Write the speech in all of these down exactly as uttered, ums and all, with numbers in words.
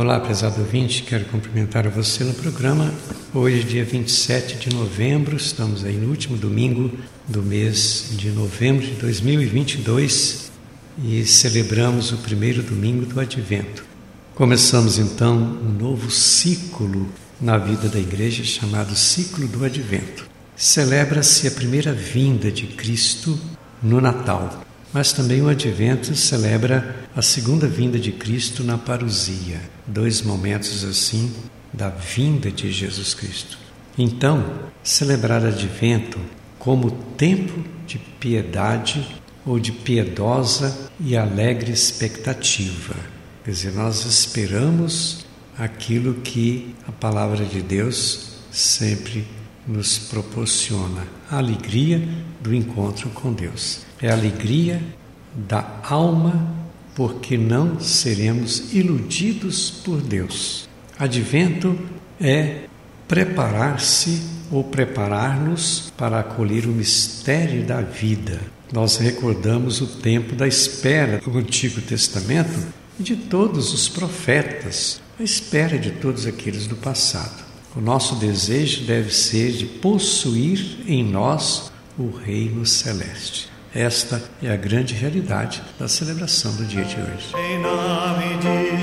Olá, prezado ouvinte, quero cumprimentar você no programa. Hoje, dia vinte e sete de novembro, estamos aí no último domingo do mês de novembro de dois mil e vinte e dois e celebramos o primeiro domingo do Advento. Começamos então um novo ciclo na vida da igreja chamado Ciclo do Advento. Celebra-se a primeira vinda de Cristo no Natal, mas também o Advento celebra a segunda vinda de Cristo na parousia, dois momentos assim da vinda de Jesus Cristo. Então, celebrar Advento como tempo de piedade ou de piedosa e alegre expectativa. Quer dizer, nós esperamos aquilo que a palavra de Deus sempre nos proporciona, a alegria do encontro com Deus. É a alegria da alma, porque não seremos iludidos por Deus. Advento é preparar-se ou preparar-nos para acolher o mistério da vida. Nós recordamos o tempo da espera do Antigo Testamento e de todos os profetas, a espera de todos aqueles do passado. O nosso desejo deve ser de possuir em nós o reino celeste. Esta é a grande realidade da celebração do dia de hoje. Em nome de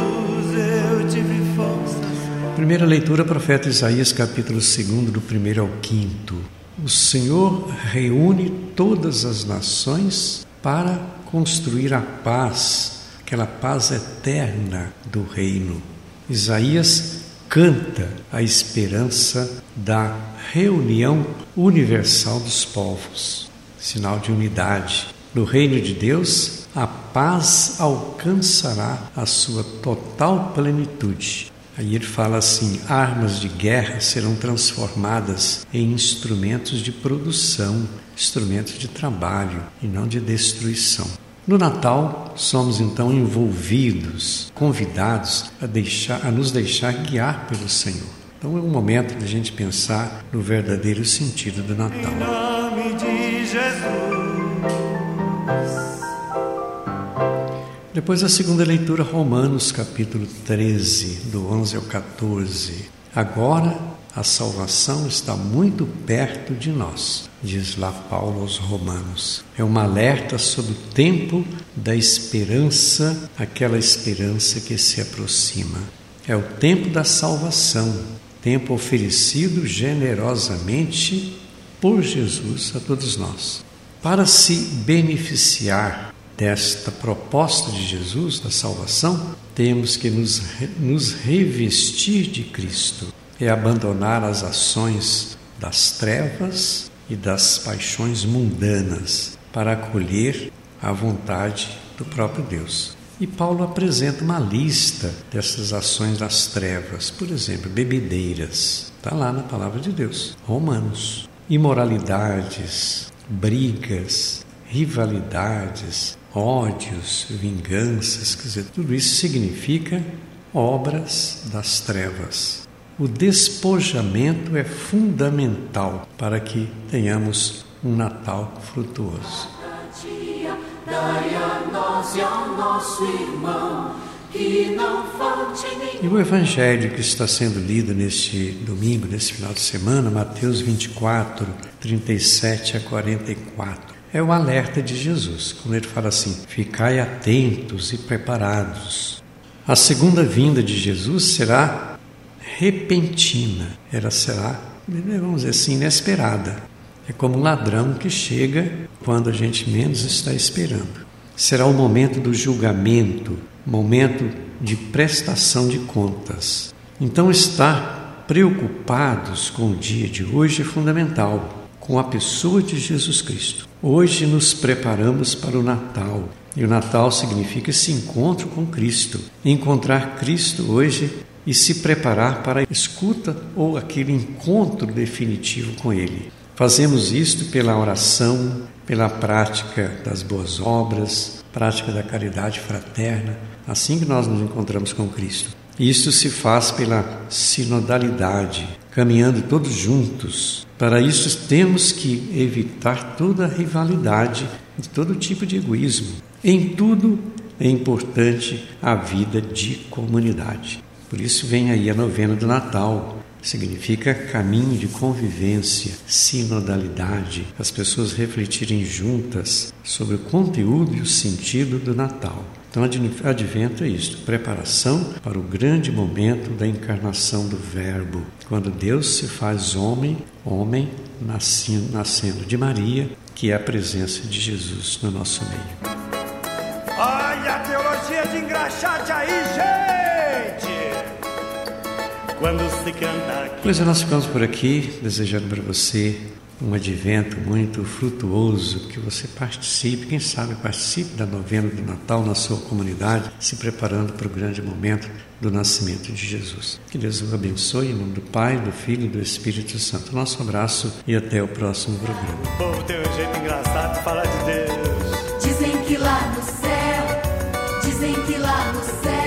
Jesus eu tive força. Primeira leitura, profeta Isaías, capítulo dois, do primeiro ao quinto. O Senhor reúne todas as nações para construir a paz, aquela paz eterna do reino. Isaías canta a esperança da reunião universal dos povos, sinal de unidade. No reino de Deus, a paz alcançará a sua total plenitude. Aí ele fala assim: armas de guerra serão transformadas em instrumentos de produção, instrumentos de trabalho e não de destruição. No Natal, somos então envolvidos, convidados a, deixar, a nos deixar guiar pelo Senhor. Então é um momento de a gente pensar no verdadeiro sentido do Natal. Em nome de Jesus. Depois a segunda leitura, Romanos capítulo treze, do onze ao catorze. Agora a salvação está muito perto de nós, diz lá Paulo aos Romanos. É um alerta sobre o tempo da esperança, aquela esperança que se aproxima. É o tempo da salvação, tempo oferecido generosamente por Jesus a todos nós. Para se beneficiar desta proposta de Jesus, da salvação, temos que nos, nos revestir de Cristo. É abandonar as ações das trevas e das paixões mundanas para acolher a vontade do próprio Deus. E Paulo apresenta uma lista dessas ações das trevas, por exemplo, bebedeiras, está lá na palavra de Deus, Romanos, imoralidades, brigas, rivalidades, ódios, vinganças, quer dizer, tudo isso significa obras das trevas. O despojamento é fundamental para que tenhamos um Natal frutuoso. E o Evangelho que está sendo lido neste domingo, nesse final de semana, Mateus vinte e quatro, trinta e sete a quarenta e quatro, é o alerta de Jesus, quando ele fala assim: ficai atentos e preparados. A segunda vinda de Jesus será repentina, ela será, vamos dizer assim, inesperada. É como um ladrão que chega quando a gente menos está esperando. Será o momento do julgamento, momento de prestação de contas. Então, estar preocupados com o dia de hoje é fundamental, com a pessoa de Jesus Cristo. Hoje nos preparamos para o Natal, e o Natal significa esse encontro com Cristo. Encontrar Cristo hoje e se preparar para a escuta ou aquele encontro definitivo com Ele. Fazemos isto pela oração, pela prática das boas obras, prática da caridade fraterna, assim que nós nos encontramos com Cristo. Isto se faz pela sinodalidade, caminhando todos juntos. Para isso temos que evitar toda rivalidade e todo tipo de egoísmo. Em tudo, é importante a vida de comunidade. Por isso vem aí a novena do Natal. Significa caminho de convivência, sinodalidade, as pessoas refletirem juntas sobre o conteúdo e o sentido do Natal. Então, Advento é isto, preparação para o grande momento da encarnação do Verbo, quando Deus se faz homem, homem nascendo, nascendo de Maria, que é a presença de Jesus no nosso meio. Olha a teologia de engraxate aí, gente! Quando se canta aqui... Pois é, nós ficamos por aqui, desejando para você um advento muito frutuoso, que você participe, quem sabe participe da novena do Natal na sua comunidade, se preparando para o grande momento do nascimento de Jesus. Que Deus o abençoe, em nome do Pai, do Filho e do Espírito Santo. Nosso abraço e até o próximo programa. O povo tem um jeito engraçado de falar de Deus. Dizem que lá no céu, dizem que lá no céu